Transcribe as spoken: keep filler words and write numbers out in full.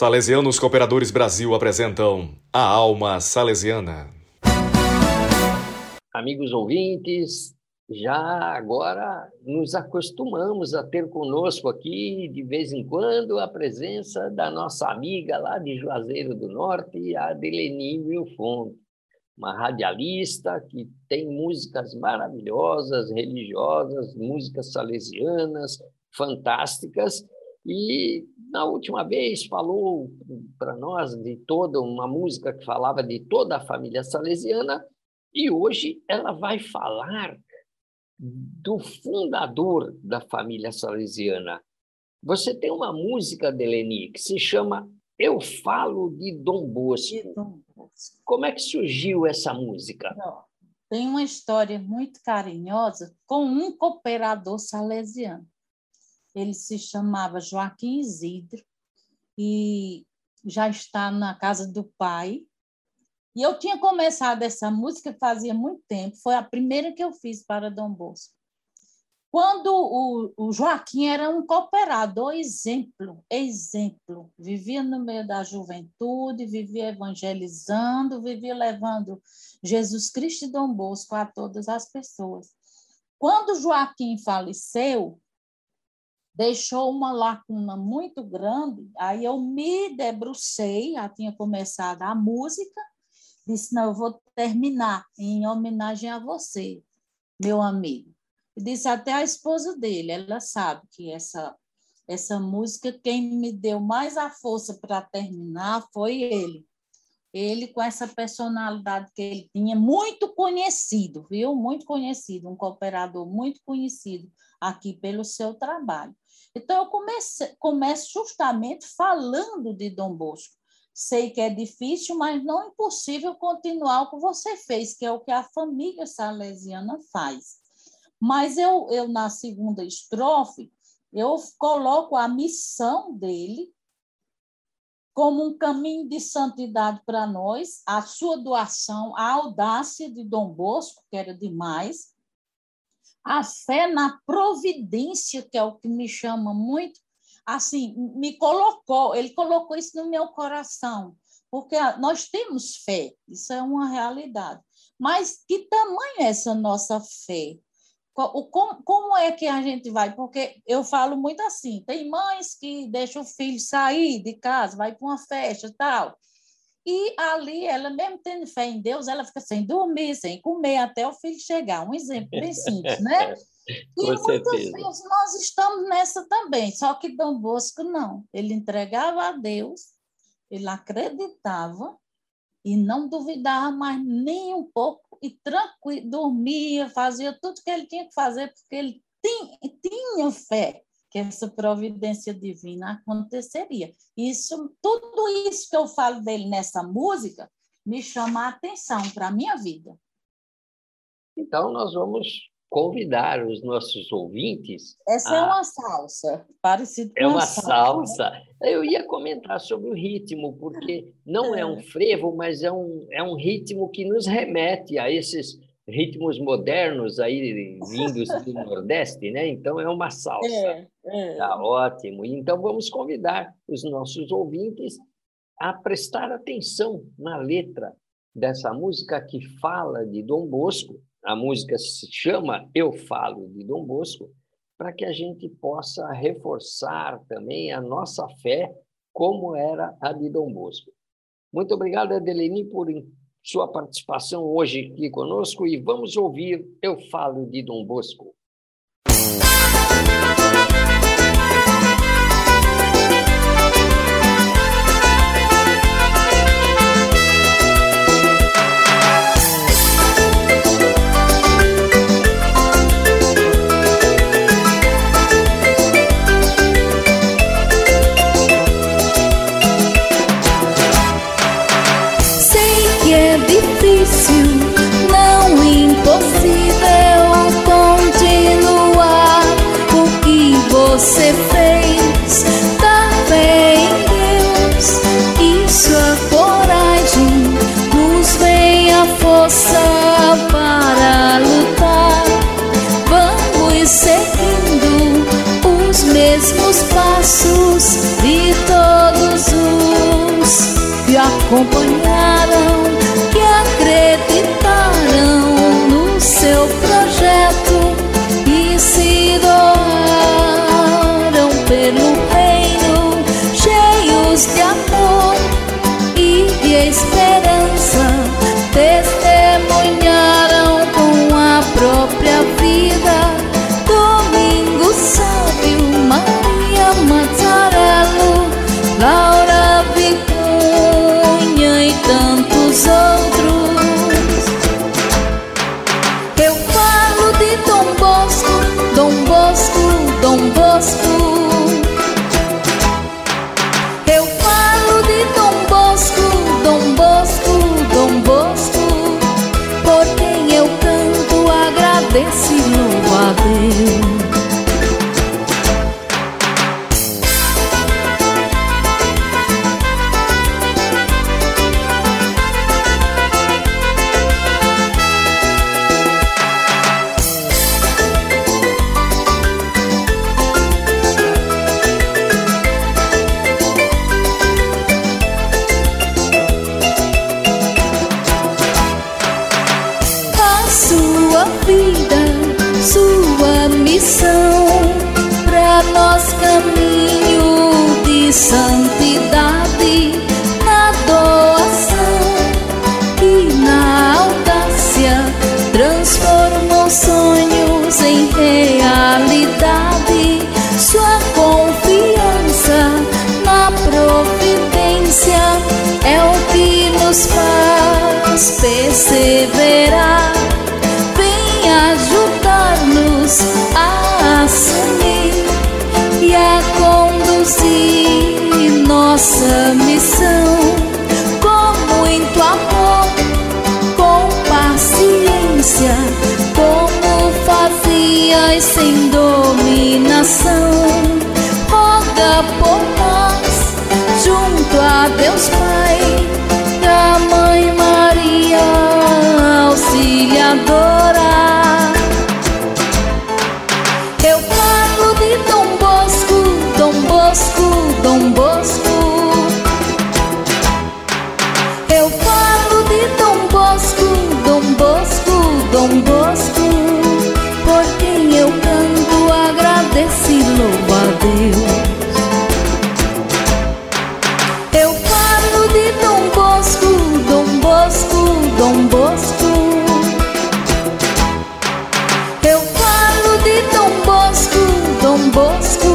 Salesianos Cooperadores Brasil apresentam A Alma Salesiana. Amigos ouvintes, já agora nos acostumamos a ter conosco aqui, de vez em quando, a presença da nossa amiga lá de Juazeiro do Norte, a Adeleni Milfonte, uma radialista que tem músicas maravilhosas, religiosas, músicas salesianas, fantásticas, e na última vez falou para nós de toda uma música que falava de toda a família salesiana, e hoje ela vai falar do fundador da família salesiana. Você tem uma música, Adeleni, que se chama Eu Falo de Dom Bosco. De Dom Bosco. Como é que surgiu essa música? Tem uma história muito carinhosa com um cooperador salesiano. Ele se chamava Joaquim Isidro e já está na casa do pai. E eu tinha começado essa música fazia muito tempo, foi a primeira que eu fiz para Dom Bosco. Quando o, o Joaquim era um cooperador exemplo, exemplo, vivia no meio da juventude, vivia evangelizando, vivia levando Jesus Cristo e Dom Bosco a todas as pessoas. Quando Joaquim faleceu, deixou uma lacuna muito grande, aí eu me debrucei, já tinha começado a música, disse, não, eu vou terminar em homenagem a você, meu amigo. E disse até a esposa dele, ela sabe que essa, essa música, quem me deu mais a força para terminar foi ele. Ele, com essa personalidade que ele tinha, muito conhecido, viu? Muito conhecido, um cooperador muito conhecido aqui pelo seu trabalho. Então, eu comecei, começo justamente falando de Dom Bosco. Sei que é difícil, mas não impossível continuar o que você fez, que é o que a família salesiana faz. Mas eu, eu na segunda estrofe, eu coloco a missão dele como um caminho de santidade para nós, a sua doação, a audácia de Dom Bosco, que era demais, a fé na providência, que é o que me chama muito, assim, me colocou, ele colocou isso no meu coração, porque nós temos fé, isso é uma realidade. Mas que tamanho é essa nossa fé? Como, como é que a gente vai? Porque eu falo muito assim, tem mães que deixam o filho sair de casa, vai para uma festa e tal, e ali, ela mesmo tendo fé em Deus, ela fica sem dormir, sem comer, até o filho chegar. Um exemplo bem simples, né? Com e certeza. Muitas vezes nós estamos nessa também, só que Dom Bosco não. Ele entregava a Deus, ele acreditava e não duvidava mais nem um pouco, e tranquilo, dormia, fazia tudo que ele tinha que fazer, porque ele tinha, tinha fé que essa providência divina aconteceria. Isso, tudo isso que eu falo dele nessa música me chama a atenção para a minha vida. Então, nós vamos convidar os nossos ouvintes... Essa a... é uma salsa, parecido com É uma uma salsa. salsa. Eu ia comentar sobre o ritmo, porque não é, é um frevo, mas é um, é um ritmo que nos remete a esses ritmos modernos aí vindos do Nordeste, né? Então, é uma salsa. É, é. Tá ótimo. Então, vamos convidar os nossos ouvintes a prestar atenção na letra dessa música que fala de Dom Bosco. A música se chama Eu Falo de Dom Bosco, para que a gente possa reforçar também a nossa fé, como era a de Dom Bosco. Muito obrigado, Adeleni, por sua participação hoje aqui conosco, e vamos ouvir Eu Falo de Dom Bosco. Não impossível continuar o que você fez. Tá bem, Deus, isso é coragem, nos vem a força para lutar. Vamos seguindo os mesmos passos de todos os acompanharam, que acreditaram no seu projeto e se doaram pelo reino, cheios de amor e de esperança, testemunharam com a própria vida. Domingo Sábio, Maria Mazzarello, Laura Vicunha e tantos outros. Eu falo de Dom Bosco, Dom Bosco, Dom Bosco. Eu falo de Dom Bosco, Dom Bosco, Dom Bosco, por quem eu canto, agradeço e louvo a Deus. Sua vida, sua missão, pra nós caminho de santidade, na doação e na audácia, transformou sonhos em realidade. Sua confiança na providência é o que nos faz perseverar. Ajudar-nos a assumir e a conduzir nossa missão com muito amor, com paciência, como fazias sem dominação. Roga por nós junto a Deus Pai, a Mãe Maria Auxiliadora. Eu falo de Dom Bosco, Dom Bosco, Dom Bosco. Eu falo de Dom Bosco, Dom Bosco, Dom Bosco, por quem eu canto, agradeço e louvo a Deus. Eu falo de Dom Bosco, Dom Bosco, Dom Bosco. Eu falo de Dom Bosco, Dom Bosco,